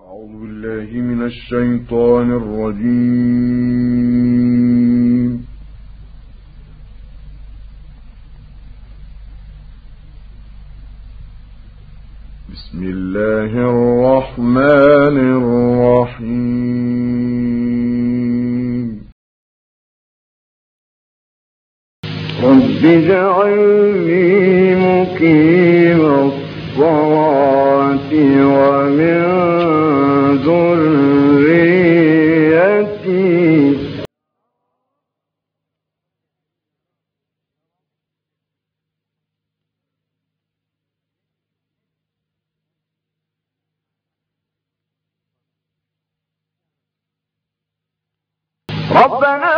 أعوذ بالله من الشيطان الرجيم. بسم الله الرحمن الرحيم. رب اجعلني مقيم الصلاة ومن ذريتي ربنا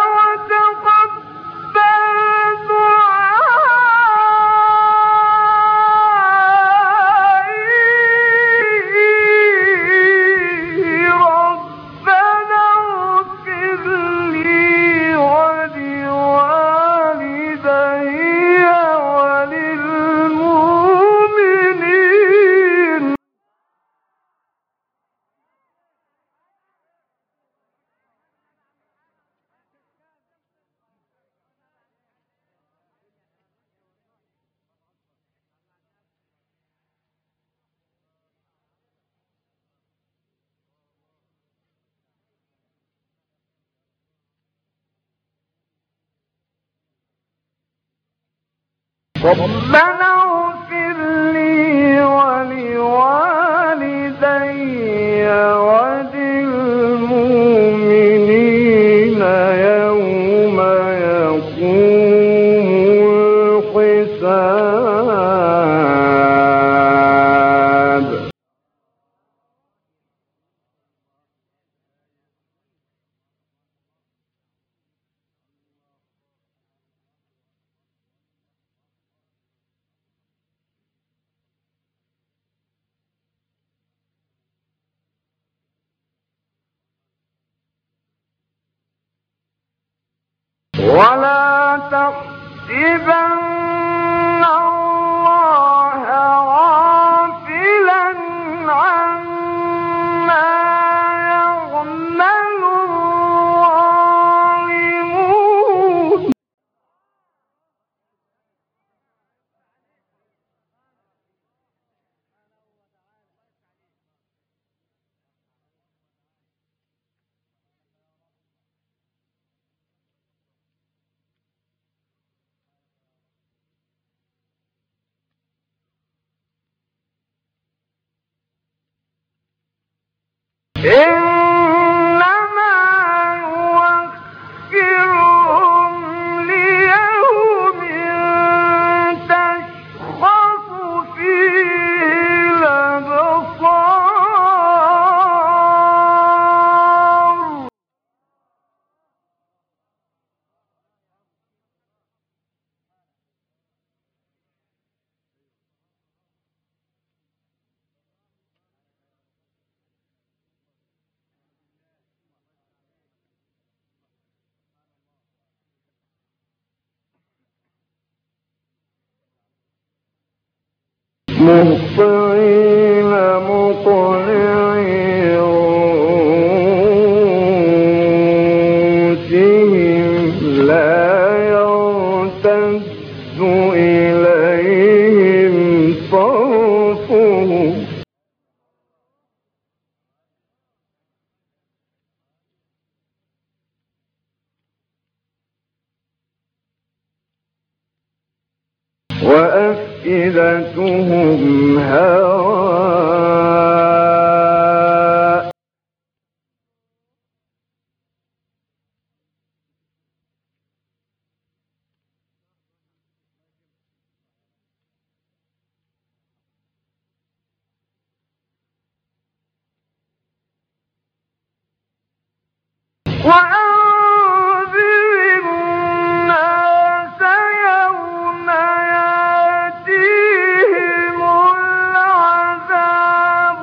ربنا اغفر لي ولوالدي وللمؤمنين يوم يقوم الحساب. ولا تحسبن الله غافلا عما يعمل الظالمون إنما يوخرهم ليوم تشخص فيه الأبصار. مهطعين مقنعي رؤوسهم لا يرتد إليهم صرفهم وأفئدتهم هواء. وأنذر الناس يوم يأتيهم العذاب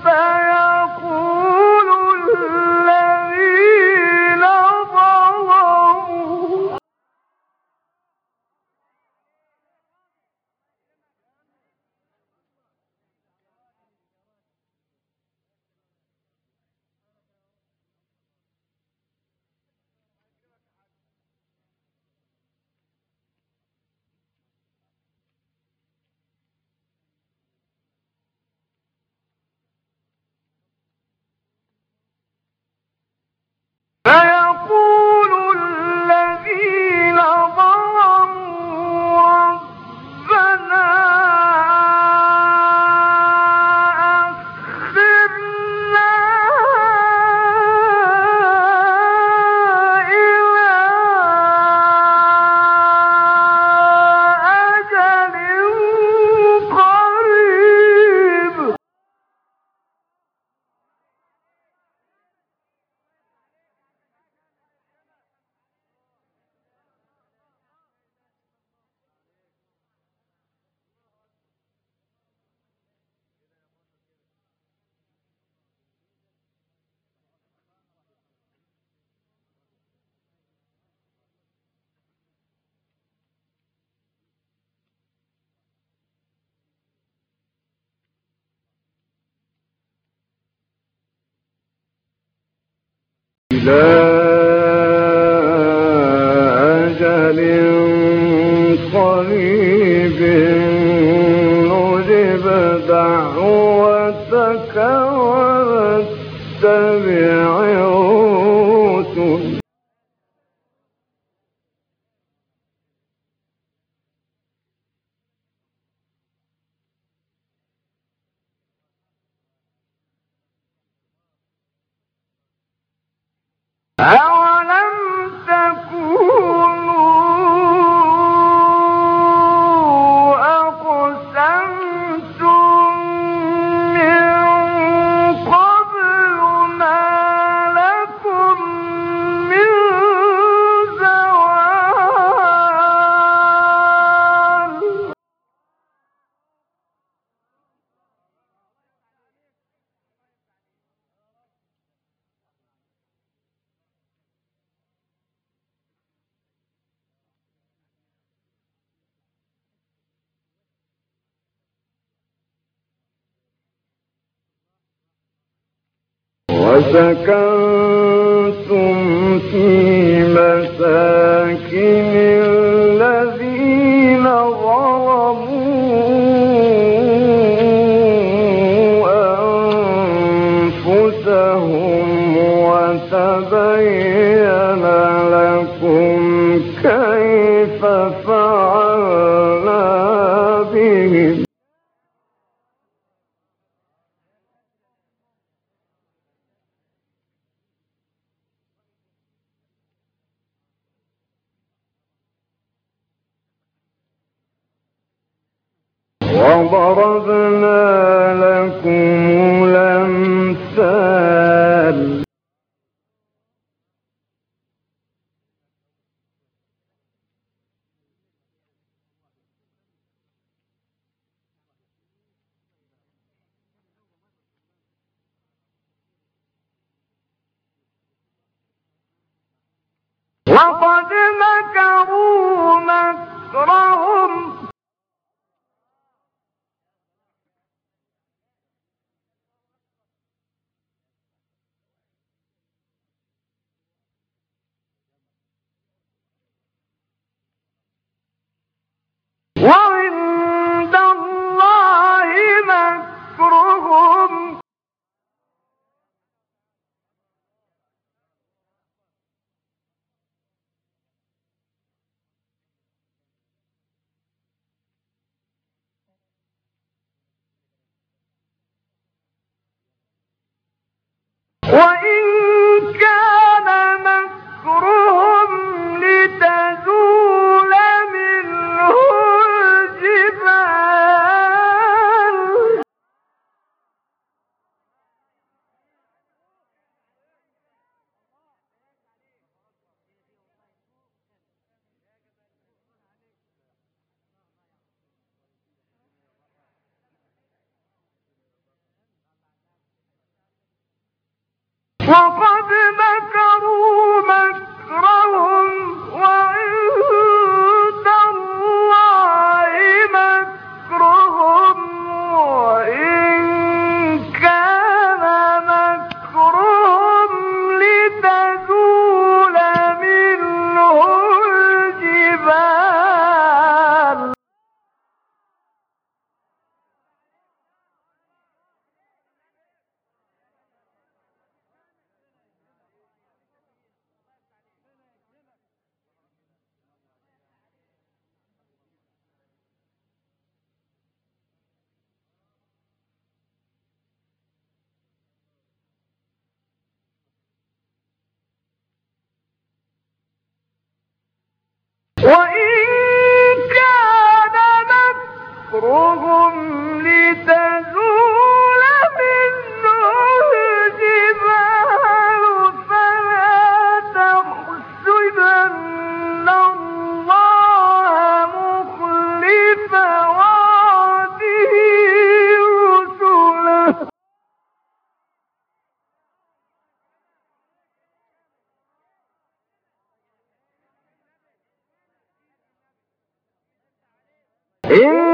فيقول الذين ظلموا إلى أجل قريب نجب دعوتك ونتبع الرسل. أولم تكونوا أقسمتم من قبل ما لكم من زوال. وسكنتم في مساكن الذين ظلموا أنفسهم وتبين لكم كيف فعلنا بهم. وضربنا لكم الأمثال وقد مكروا مكرهم وعند الله مكرهم وإن كان مكرهم لتزول منه الجبال. وقد مكروا مكرهم وعند الله مكرهم وإن كان مكرهم لتزول منه الجبال. وإن كان مكرهم لتزول منه الجبال فلا تحسبن الله مخلف وعده رسله. إن